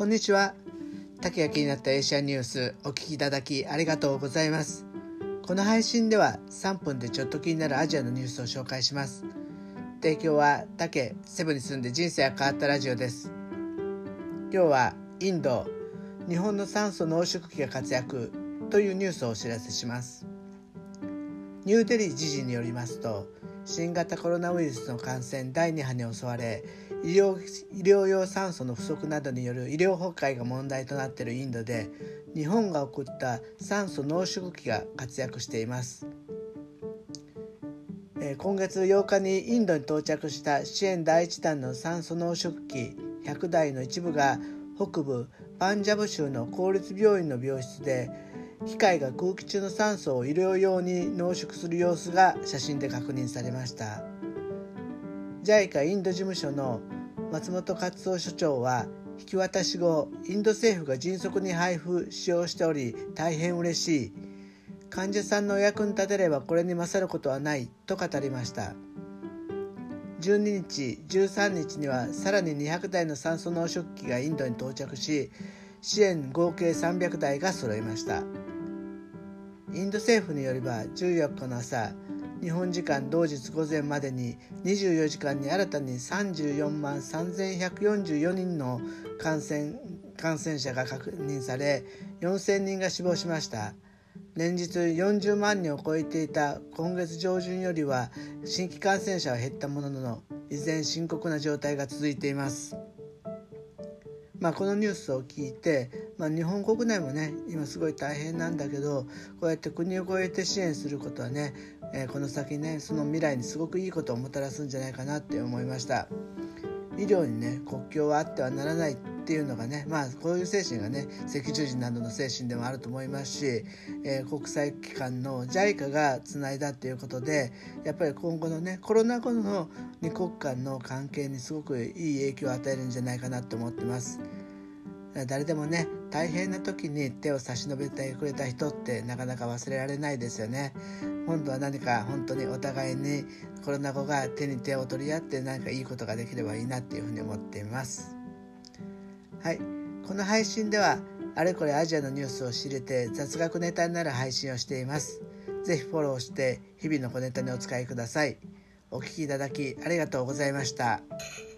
こんにちは。竹が気になったエイシアンニュースお聞きいただきありがとうございます。この配信では3分でちょっと気になるアジアのニュースを紹介します。提供は竹セブンに住んで人生が変わったラジオです。今日はインド、日本の酸素濃縮器が活躍というニュースをお知らせします。ニューデリー知事によりますと、新型コロナウイルスの感染第2波に襲われ、医療用酸素の不足などによる医療崩壊が問題となっているインドで、日本が送った酸素濃縮器が活躍しています。今月8日にインドに到着した支援第1弾の酸素濃縮器100台の一部が北部パンジャブ州の公立病院の病室で、機械が空気中の酸素を医療用に濃縮する様子が写真で確認されました。 JICA インド事務所の松本勝夫所長は、引き渡し後インド政府が迅速に配布使用しており大変嬉しい、患者さんのお役に立てればこれに勝ることはないと語りました。12日、13日にはさらに200台の酸素濃縮器がインドに到着し、支援合計300台が揃いました。インド政府によれば14日の朝、日本時間同日午前までに24時間に新たに34万3144人の感染者が確認され、4000人が死亡しました。連日40万人を超えていた今月上旬よりは新規感染者は減ったものの、依然深刻な状態が続いています。このニュースを聞いて、日本国内もね今すごい大変なんだけど、こうやって国を越えて支援することはね、この先ねその未来にすごくいいことをもたらすんじゃないかなって思いました。医療にね国境はあってはならないっていうのがね、こういう精神がね赤十字などの精神でもあると思いますし、国際機関の JICA がつないだということで、やっぱり今後のねコロナ後の二国間の関係にすごくいい影響を与えるんじゃないかなと思ってます。誰でもね大変な時に手を差し伸べてくれた人ってなかなか忘れられないですよね。今度は何か本当にお互いにコロナ後が手に手を取り合って何かいいことができればいいなっていうふうに思っています。はい、この配信ではあれこれアジアのニュースを知れて雑学ネタになる配信をしています。ぜひフォローして日々の小ネタにお使いください。お聞きいただきありがとうございました。